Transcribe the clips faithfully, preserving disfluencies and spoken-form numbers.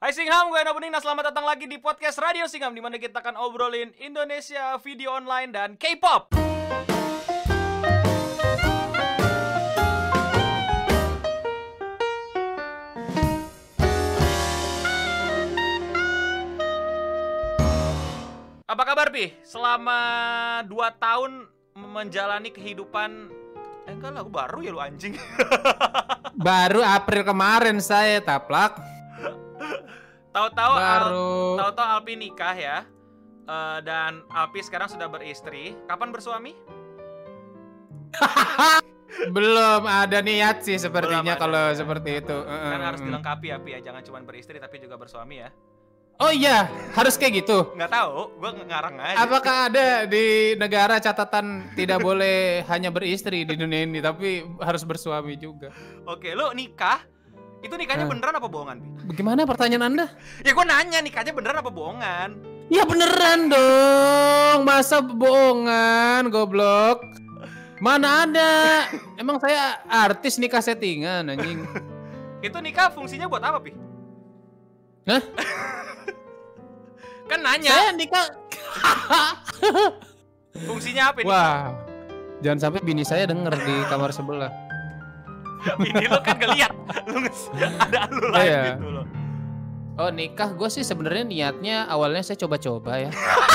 Hai Singham, gue Eno Bening. Nah, selamat datang lagi di podcast Radio Singham, di mana kita akan obrolin Indonesia, video online, dan K-pop. Apa kabar, Pi? Selama dua tahun menjalani kehidupan... Eh, enggak lah, baru ya lu anjing. Baru April kemarin saya taplak. Tahu-tahu Baru. Al, tahu-tahu Alpi nikah ya. Uh, dan Alpi sekarang sudah beristri. Kapan bersuami? Belum ada niat sih sepertinya kalau seperti itu. Kan harus dilengkapi ya, Pi ya. Jangan cuma beristri tapi juga bersuami ya. Oh iya, harus kayak gitu. Nggak tahu, gue ngarang aja. Apakah ada di negara catatan tidak boleh hanya beristri di dunia ini, tapi harus bersuami juga? Oke, lu nikah, itu nikahnya beneran apa bohongan, Pi? Bagaimana pertanyaan Anda? Ya gue nanya, nikahnya beneran apa bohongan? Ya beneran dong, masa bohongan, goblok. Mana ada? Emang saya artis nikah settingan, anjing. Itu nikah fungsinya buat apa, Pi? Hah? Kan nanya. Saya nikah. Fungsinya apa ini? Wah, jangan sampai bini saya denger di kamar sebelah. Bini lu kan gak lihat, lu ada lu live Iya. gitu loh. Oh nikah, gue sih sebenarnya niatnya awalnya saya coba-coba ya.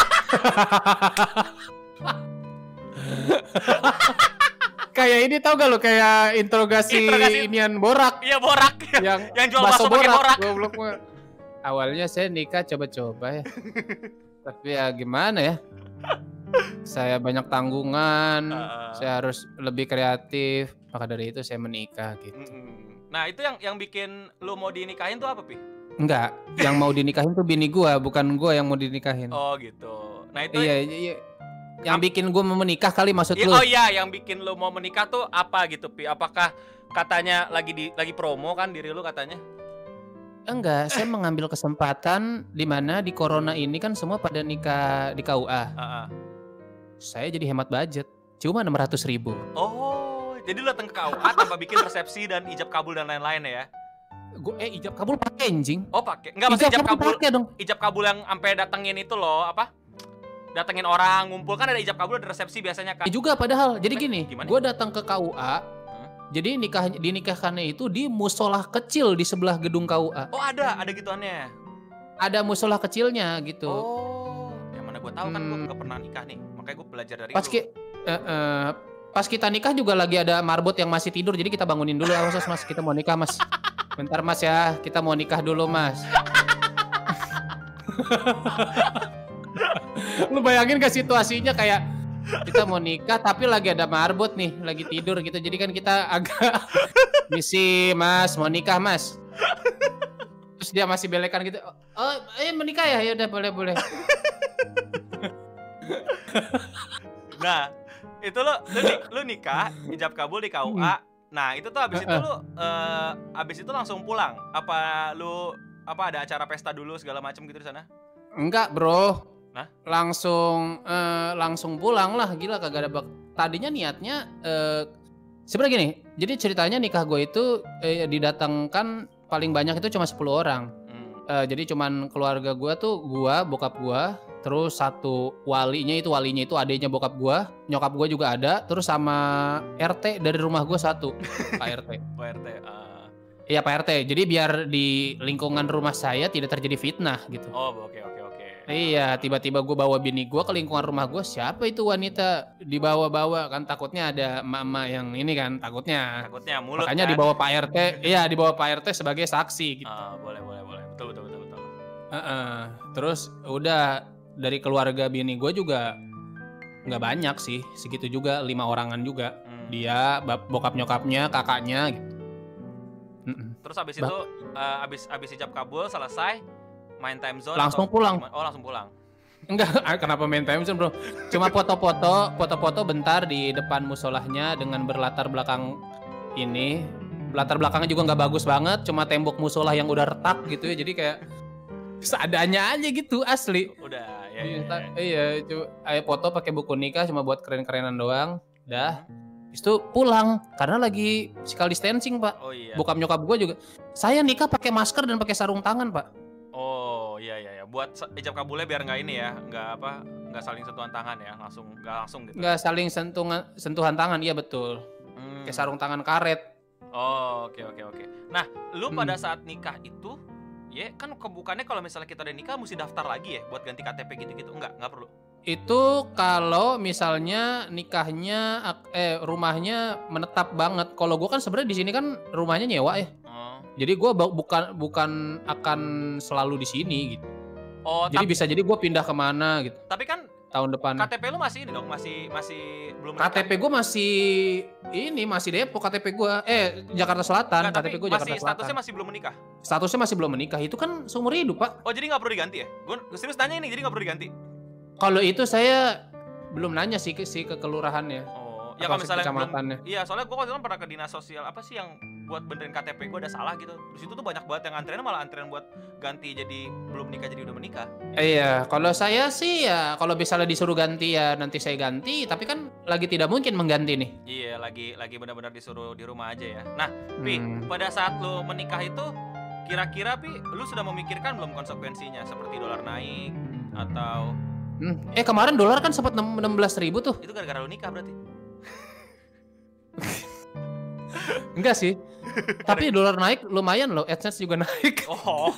Kayak ini tau gak lo, kayak interogasi, Interogasi. inian borak. Iya borak. Yang, yang jual bakso pakai borak. Goblok mah. Awalnya saya nikah coba-coba ya. Tapi ya gimana ya? Saya banyak tanggungan, Uh. saya harus lebih kreatif. Maka dari itu saya menikah gitu. Mm-mm. Nah itu yang yang bikin lu mau dinikahin tuh apa, Pi? Enggak, yang mau dinikahin tuh bini gua, bukan gua yang mau dinikahin. Oh gitu. Nah itu Iya, iya, iya. Yang bikin gua mau menikah kali maksud ya, lu? oh iya, yang bikin lu mau menikah tuh apa gitu, Pi? Apakah katanya lagi di lagi promo kan diri lu katanya? Enggak, saya mengambil kesempatan di mana di corona ini kan semua pada nikah di K U A. Uh-uh. Saya jadi hemat budget, cuma enam ratus ribu. Oh, jadi lu datang ke K U A tanpa bikin resepsi dan ijab kabul dan lain-lain ya? Gue eh ijab kabul pakai anjing. Oh pakai? Enggak, maksudnya ijab kabul. Pakai dong. Ijab kabul yang sampai datengin itu loh, apa? Datengin orang, ngumpul kan ada ijab kabul, ada resepsi biasanya kan. Ya juga padahal. Jadi gini, gue datang ke K U A. Hmm? Jadi nikah dinikahkannya itu di musola kecil di sebelah gedung K U A. Oh ada, ada gituannya. Ada musola kecilnya gitu. Oh, yang mana gue tahu kan gue Hmm. gak pernah nikah nih, makanya gue belajar dari Pas lu. ki- eh, eh, pas kita nikah juga lagi ada marbot yang masih tidur, jadi kita bangunin dulu. Awas mas, mas, kita mau nikah mas. Bentar mas ya, kita mau nikah dulu mas. Lu bayangin gak situasinya kayak kita mau nikah tapi lagi ada marbot nih, lagi tidur gitu. Jadi kan kita agak misi mas, mau nikah mas. Terus dia masih belekan gitu. Oh, eh menikah ya? Ya udah boleh boleh. Nah, itu lo lu, ni- lu nikah, ijab kabul di K U A. Nah, itu tuh abis itu lu uh, abis itu langsung pulang. Apa lu apa ada acara pesta dulu segala macam gitu di sana? Enggak bro. Nah? Langsung eh, langsung pulang lah, gila kagak ada bak. Tadinya niatnya eh, sebenarnya gini. Jadi ceritanya nikah gue itu eh, didatangkan paling banyak itu cuma sepuluh orang. Hmm. Eh, jadi cuman keluarga gue tuh gue, bokap gue, terus satu walinya itu walinya itu adiknya bokap gue, nyokap gue juga ada, terus sama R T dari rumah gue satu, Pak R T. Pak R T. Uh... Iya Pak R T. Jadi biar di lingkungan rumah saya tidak terjadi fitnah gitu. Oh oke oke oke. Iya, tiba-tiba gue bawa bini gue ke lingkungan rumah gue, siapa itu wanita dibawa-bawa kan, takutnya ada emak-emak yang ini kan, takutnya. Takutnya mulut. Makanya kan? dibawa Pak R T, iya dibawa Pak R T sebagai saksi gitu. Uh, boleh boleh boleh, betul betul betul betul. Uh-uh. Terus udah dari keluarga bini gue juga nggak banyak sih, segitu juga, lima orangan juga. Hmm. Dia, bokap nyokapnya, kakaknya gitu. Mm-mm. Terus abis itu uh, abis abis ijab kabul selesai. Main time zone Langsung atau pulang. gimana? Oh langsung pulang. Enggak, kenapa main time zone bro? Cuma foto-foto, foto-foto bentar di depan musolahnya dengan berlatar belakang ini. Latar belakangnya juga nggak bagus banget, cuma tembok musolah yang udah retak gitu ya. Jadi kayak seadanya aja gitu, asli. Udah, ya ya. ya. Iya, coba ayo foto pakai buku nikah cuma buat keren-kerenan doang. Dah. Habis itu pulang karena lagi physical distancing, Pak. Oh iya. Bokap nyokap gue juga. Saya nikah pakai masker dan pakai sarung tangan, Pak. iya iya ya. Buat se- ijab kabulnya biar nggak ini ya, nggak apa, nggak saling sentuhan tangan ya, langsung nggak langsung gitu. Nggak saling sentuhan sentuhan tangan, iya betul. Hmm. Kayak sarung tangan karet. Oh, oke oke oke. Nah, lu Hmm. pada saat nikah itu, ya kan kebukannya kalau misalnya kita udah nikah mesti daftar lagi ya buat ganti K T P gitu-gitu. Enggak, enggak perlu. Itu kalau misalnya nikahnya ak- eh rumahnya menetap banget. Kalau gua kan sebenarnya di sini kan rumahnya nyewa ya. Oh. Jadi gua ba- bukan bukan akan selalu di sini gitu. Oh, Jadi tapi, bisa jadi gua pindah kemana gitu tapi kan tahun depan. K T P lu masih ini dong, masih masih belum K T P gue masih ini masih Depok K T P gue eh Jakarta Selatan. Enggak, K T P tapi gue masih Jakarta Selatan. statusnya masih belum menikah. Statusnya masih belum menikah. Itu kan seumur hidup pak. Oh, jadi nggak perlu diganti ya? Gue serius tanya ini, jadi nggak perlu diganti. Kalau itu saya belum nanya sih ke si ke kelurahannya. Oh, ya Apa kalau sih misalnya kecamatannya? belum, iya soalnya gue waktu itu kan pernah ke dinas sosial apa sih yang buat benerin K T P gue ada salah gitu. Terus itu tuh banyak banget yang antreannya malah antrean buat ganti jadi belum nikah jadi udah menikah. Eh, iya, kalau saya sih ya kalau misalnya disuruh ganti ya nanti saya ganti. Tapi kan lagi tidak mungkin mengganti nih. Iya, lagi lagi benar-benar disuruh di rumah aja ya. Nah, Pi, Hmm. pada saat lo menikah itu kira-kira Pi, lu sudah memikirkan belum konsekuensinya seperti dolar naik atau Hmm. Eh kemarin dolar kan sempat enam belas ribu tuh. itu gara-gara lu nikah berarti? Enggak sih. Tapi dolar naik lumayan loh. AdSense juga naik. Oh.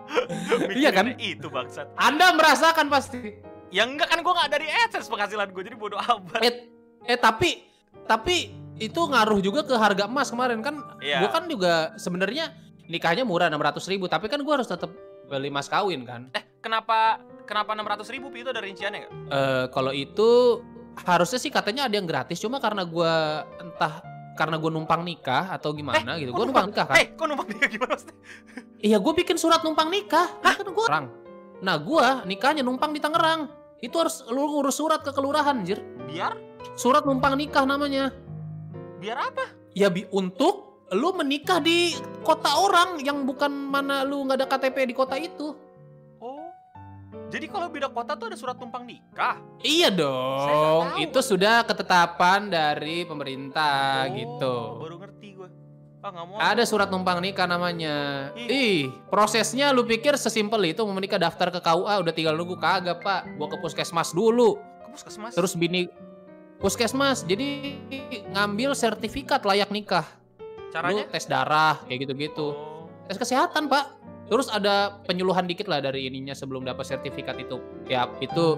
Iya kan? Mikirinnya itu bangsat. Anda merasakan pasti. Ya enggak kan gue nggak dari AdSense penghasilan gue jadi bodo amat. Eh, eh tapi tapi itu ngaruh juga ke harga emas kemarin kan. Iya. Gue kan juga sebenarnya nikahnya murah enam ratus ribu. Tapi kan gue harus tetap beli mas kawin kan. Eh, kenapa kenapa enam ratus ribu Pi, itu ada rinciannya nggak? Eh kalau itu harusnya sih katanya ada yang gratis. Cuma karena gue entah karena gue numpang nikah atau gimana gitu. kok Gue numpang nikah kan. Eh, kok numpang nikah gimana maksudnya? Iya gue bikin surat numpang nikah. Hah? Kan gua orang. Nah gue nikahnya numpang di Tangerang. Itu harus lu ngurus surat ke kelurahan anjir. Biar Surat numpang nikah namanya. biar apa? Ya bi untuk lu menikah di kota orang yang bukan mana lu nggak ada K T P di kota itu. Oh. Jadi kalau beda kota tuh ada surat numpang nikah. Iya Saya dong. nggak tahu. Itu sudah ketetapan dari pemerintah Oh, gitu. Baru ngerti gue. Ah, nggak mau. Ada surat numpang nikah namanya. Ih. Ih, prosesnya lu pikir sesimpel itu mau menikah daftar ke K U A udah tinggal nunggu kagak, Pak. Gua ke puskesmas dulu. Ke puskesmas. Terus bini puskesmas jadi ngambil sertifikat layak nikah. caranya? Lu tes darah kayak gitu-gitu. Oh. Tes kesehatan, Pak. Terus ada penyuluhan dikit lah dari ininya sebelum dapat sertifikat itu. Ya, itu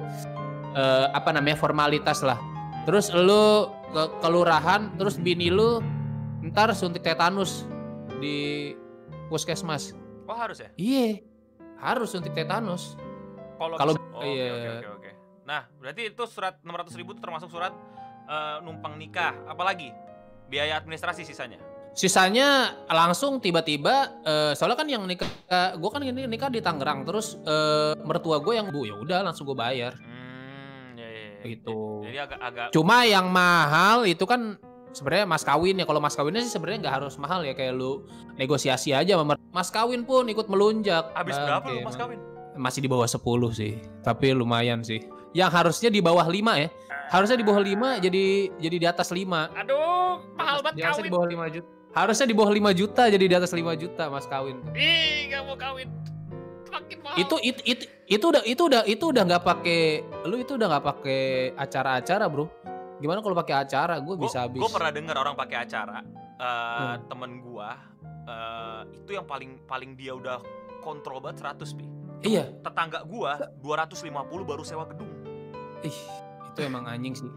eh, apa namanya formalitas lah. Terus lu ke kelurahan, terus bini lu ntar suntik tetanus di puskesmas. Oh, harus ya? Iya, harus suntik tetanus. Kalau Kalau- bisa- oh, oke, iya. oke oke oke. Nah, berarti itu surat enam ratus ribu itu termasuk surat eh, numpang nikah. Apalagi biaya administrasi sisanya. Sisanya langsung tiba-tiba, eh, soalnya kan yang nikah, gue kan ini nikah di Tangerang, terus eh, mertua gue yang bu ya udah langsung gue bayar. Hmm, ya, ya, ya. Gitu. Jadi agak-agak Cuma yang mahal itu kan sebenarnya mas kawin ya. Kalau mas kawinnya sih sebenarnya nggak harus mahal ya, kayak lu negosiasi aja sama mer- mas kawin pun ikut melunjak. habis Bang, berapa lu kayak mas emang. kawin? Masih di bawah sepuluh sih, tapi lumayan sih. Yang harusnya di bawah lima ya. Harusnya di bawah lima jadi jadi di atas lima. Aduh, mahal banget Harusnya kawin. di bawah lima juta. Harusnya di bawah lima juta jadi di atas lima juta mas kawin. Ih, gak mau kawin. Makin mahal. Itu itu itu itu udah itu udah itu udah nggak pakai lu itu udah nggak pakai acara-acara, Bro. Gimana kalau pakai acara? Gue bisa habis. Gue pernah dengar orang pakai acara. eh Hmm. Temen gua eh, itu yang paling paling dia udah kontrol banget seratus pi. Iya. Tetangga gua dua ratus lima puluh baru sewa gedung. Ih, itu emang anjing sih.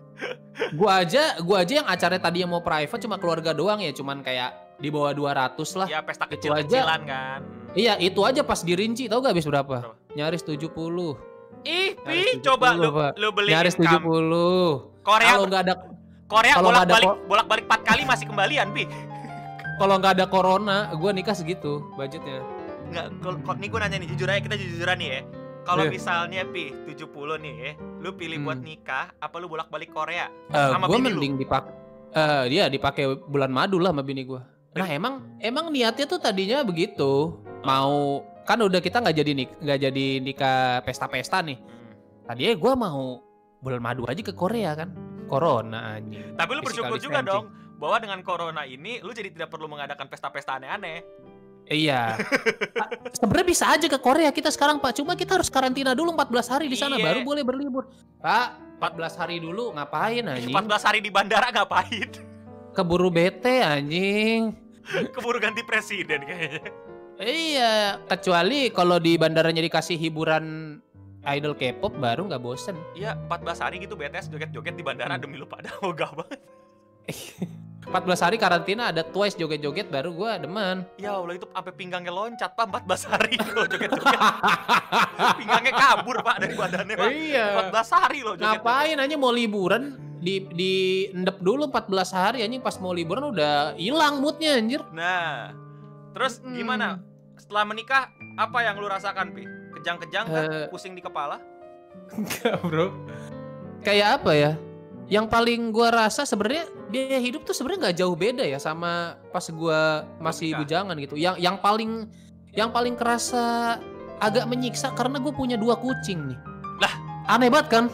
Gua aja, gua aja yang acaranya tadi yang mau private cuma keluarga doang ya, cuman kayak di bawah dua ratus lah. Ya pesta Itu kecil-kecilan kan. Iya, itu aja pas dirinci tahu gak habis berapa? Berapa? Nyaris tujuh puluh. Ih, Nyaris pi, coba tujuh lu puluh, Pak. lu beliin Nyaris tujuh kam- puluh. Korea Kalau nggak ada Korea kalau nggak ada bolak-balik ko- bolak-balik empat kali masih kembalian, pi. kalau nggak ada corona, gua nikah segitu budgetnya. Enggak, kalau nih gua nanya nih, jujur aja kita jujur-jujuran nih ya. Kalau Iya. misalnya pi tujuh puluh nih ya, lu pilih buat Hmm. nikah apa lu bolak-balik Korea? Eh, Sama gua bini lu? mending dipakai eh dia dipakai bulan madu lah sama bini gua. Nah, emang emang niatnya tuh tadinya begitu. Mau kan udah kita nggak jadi nik nggak jadi nikah pesta-pesta nih. Hmm. Tadinya gua mau bulan madu aja ke Korea kan. Corona anjing. Tapi lu Physical bersyukur juga distancing. dong bahwa dengan corona ini lu jadi tidak perlu mengadakan pesta-pesta aneh-aneh. Iya. A sebenarnya bisa aja ke Korea kita sekarang, Pak. Cuma kita harus karantina dulu empat belas hari di sana Iya. baru boleh berlibur. Pak, empat belas hari dulu ngapain anjing? empat belas hari di bandara ngapain? Keburu bete anjing. Keburu ganti presiden kayaknya. Iya, kecuali kalau di bandaranya dikasih hiburan idol K-pop baru nggak bosen. Iya, empat belas hari gitu B T S joget-joget di bandara Hmm. demi lu pada ogah banget. empat belas hari karantina ada Twice joget-joget baru gua demen. Ya Allah, itu sampai pinggangnya loncat, Pak, empat belas hari kalau joget-joget. Pinggangnya kabur, Pak, dari badannya, Pak. Iya. empat belas hari loh joget. Ngapain aja mau liburan di di endep dulu empat belas hari anjing pas mau liburan udah hilang moodnya anjir. Nah, terus Hmm. gimana? Setelah menikah, apa yang lu rasakan, Pi? Kejang-kejang kan? Eh. Pusing di kepala? Enggak, Bro. Kayak apa ya? Yang paling gua rasa sebenarnya biaya hidup tuh sebenarnya nggak jauh beda ya sama pas gua masih Menikah. bujangan gitu. Yang yang paling yang paling kerasa agak menyiksa karena gue punya dua kucing nih. Lah, aneh banget kan?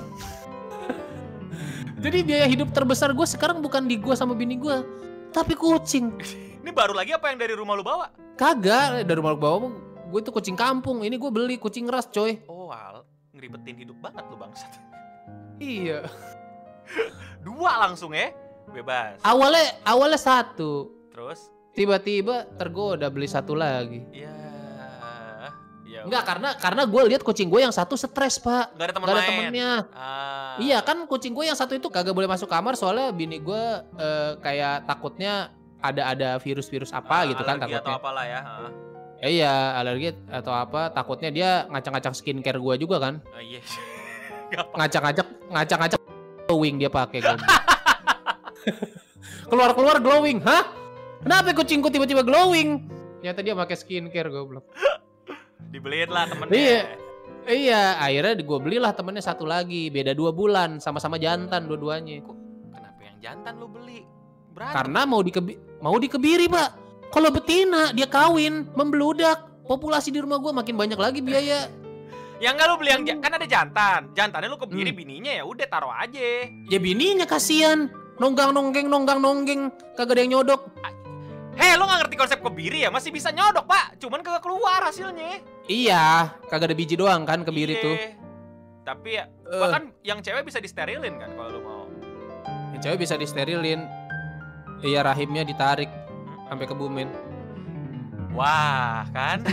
Jadi biaya hidup terbesar gue sekarang bukan di gue sama bini gue, tapi kucing. Ini baru lagi apa yang dari rumah lu bawa? Kagak, dari rumah bawah gue itu kucing kampung. Ini gue beli kucing ras, coy. Oh, Al, ngeribetin hidup banget lu bangsat. Iya. Dua langsung ya? Bebas. Awalnya awalnya satu, Terus? tiba-tiba tergoda beli satu lagi. Ya, ya. Enggak, karena karena gue lihat kucing gue yang satu stres, Pak. Gak ada teman Gak ada main. temennya. Ah. Iya kan, kucing gue yang satu itu kagak boleh masuk kamar soalnya bini gue eh, kayak takutnya ada ada virus-virus apa Ah, gitu kan alergi takutnya. atau apalah ya. Ah. Ya, iya, alergi atau apa, takutnya dia ngacak-ngacak skincare gue juga kan. Ah, iya. Gak apa. Ngacak-ngacak ngacak-ngacak glowing dia pakai kan. Keluar-keluar glowing. Hah? Kenapa kucingku tiba-tiba glowing? Ternyata dia pakai skincare goblok. Dibeliin lah temennya. Iya. Iya, akhirnya gue belilah temennya satu lagi, beda dua bulan, sama-sama jantan dua-duanya. Kenapa yang jantan lu beli? Berantem. Karena mau dikebi mau dikebiri, Pak. Kalau betina dia kawin, membludak. Populasi di rumah gue makin banyak lagi biaya. Ya enggak, lu beli yang ja- kan ada jantan. Jantannya lu kebiri, Hmm. bininya ya udah taruh aja. Ya bininya kasihan. Nonggang-nonggeng, nonggang-nonggeng, kagak ada yang nyodok. Heh, lu gak ngerti konsep kebiri ya? Masih bisa nyodok, Pak. Cuman kagak keluar hasilnya. Iya, kagak ada biji doang kan kebiri Iya. tuh. Tapi ya, Eh. bahkan yang cewek bisa disterilin kan kalau lu mau. Yang cewek bisa disterilin. Iya, rahimnya ditarik sampai kebumen. Wah, kan?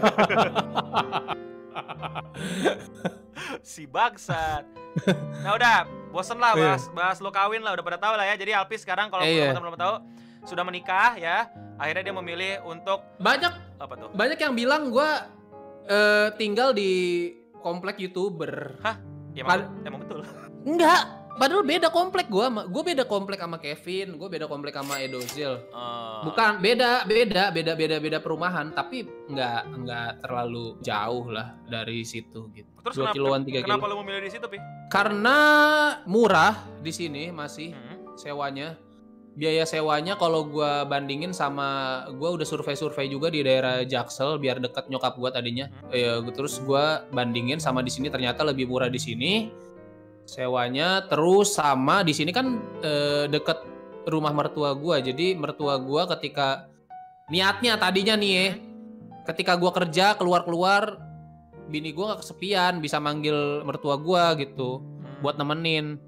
Si bangsat. Nah udah, bosen lah bahas, bahas lo kawin lah, udah pada tahu lah ya. Jadi Alpi sekarang kalau Iya. teman-teman belum tahu sudah menikah ya. Akhirnya dia memilih untuk Banyak apa tuh? banyak yang bilang gua eh, tinggal di komplek YouTuber. Ya Pad- emang, emang betul. Enggak, padahal beda komplek gua. sama- Gua beda komplek sama Kevin, gua beda komplek sama Edozil. Eh, Bukan, beda, beda, beda, beda, beda perumahan, tapi nggak nggak terlalu jauh lah dari situ gitu. Terus Dua kenapa, kiloan, tiga kenapa kilo. lu memilih di situ, Pi? Karena murah di sini masih Hmm. sewanya. Biaya sewanya kalau gua bandingin sama gua udah survei-survei juga di daerah Jaksel biar deket nyokap gua tadinya. Hmm. Ya, terus gua bandingin sama di sini ternyata lebih murah di sini sewanya. Terus sama di sini kan eh, deket rumah mertua gua. Jadi mertua gua ketika niatnya tadinya nih ya, ketika gua kerja keluar-keluar bini gua nggak kesepian, bisa manggil mertua gua gitu Hmm. buat nemenin.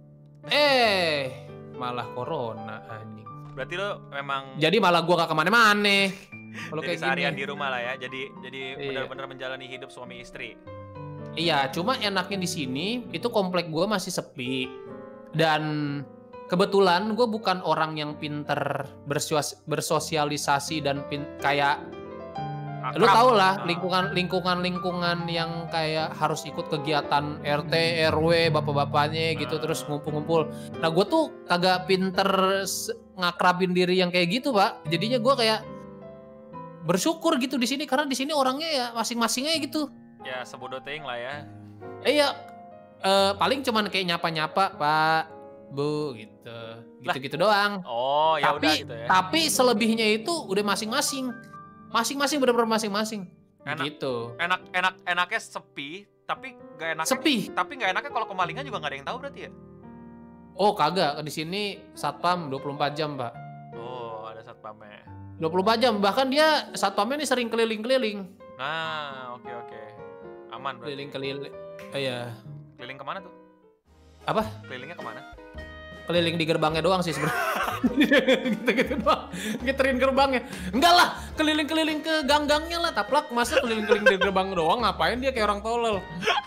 Eh, malah corona anjing. Berarti lu memang Jadi malah gua gak kemana-mana. Kalau jadi kayak seharian gini. di rumah lah ya. Jadi jadi Iya. benar-benar menjalani hidup suami istri. Iya, cuma enaknya di sini itu komplek gua masih sepi. Dan kebetulan gue bukan orang yang pinter bersos- bersosialisasi dan pin- kayak lu Akrab. tau lah Ah. lingkungan lingkungan lingkungan yang kayak harus ikut kegiatan R T R W bapak-bapaknya gitu Ah. terus ngumpul-ngumpul. Nah gue tuh kagak pinter s- ngakrabin diri yang kayak gitu pak. Jadinya gue kayak bersyukur gitu di sini karena di sini orangnya ya masing-masingnya gitu. Ya sebodoh ting lah ya. Eh ya eh, paling cuman kayak nyapa-nyapa pak, bu gitu, gitu-gitu doang. Oh ya udah tapi gitu ya. tapi selebihnya itu udah masing-masing, masing-masing bener-bener masing-masing. Enak. Gitu. Enak enak enaknya sepi, tapi gak enaknya Sepi. tapi gak enaknya kalau kemalingan juga gak ada yang tahu berarti ya. Oh kagak, di sini satpam dua puluh empat jam pak. Oh ada satu satpamnya. dua puluh empat jam, bahkan dia satpamnya ini sering keliling-keliling. Nah, oke oke. Aman berarti. Keliling-keliling. Iya. Keliling kemana tuh? Apa? Kelilingnya kemana? Keliling di gerbangnya doang sih sebenarnya. Gitu-gitu doang. Giterin gerbangnya. Enggak lah, keliling-keliling ke gang-gangnya lah. Taplak, masa keliling-keliling di gerbang doang, ngapain dia kayak orang tolol.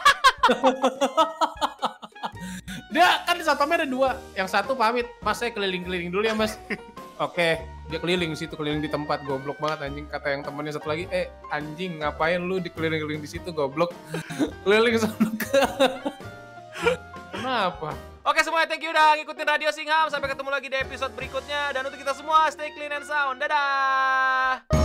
Dia kan di satpamnya ada dua. Yang satu pamit, Mas saya keliling-keliling dulu ya Mas. Oke, dia keliling situ, keliling di tempat, goblok banget anjing. Kata yang temennya satu lagi, eh anjing ngapain lu dikeliling-keliling di situ goblok. Keliling sana ke. Kenapa? Oke semuanya, thank you udah ngikutin Radio Singham. Sampai ketemu lagi di episode berikutnya. Dan untuk kita semua, stay clean and sound. Dadah!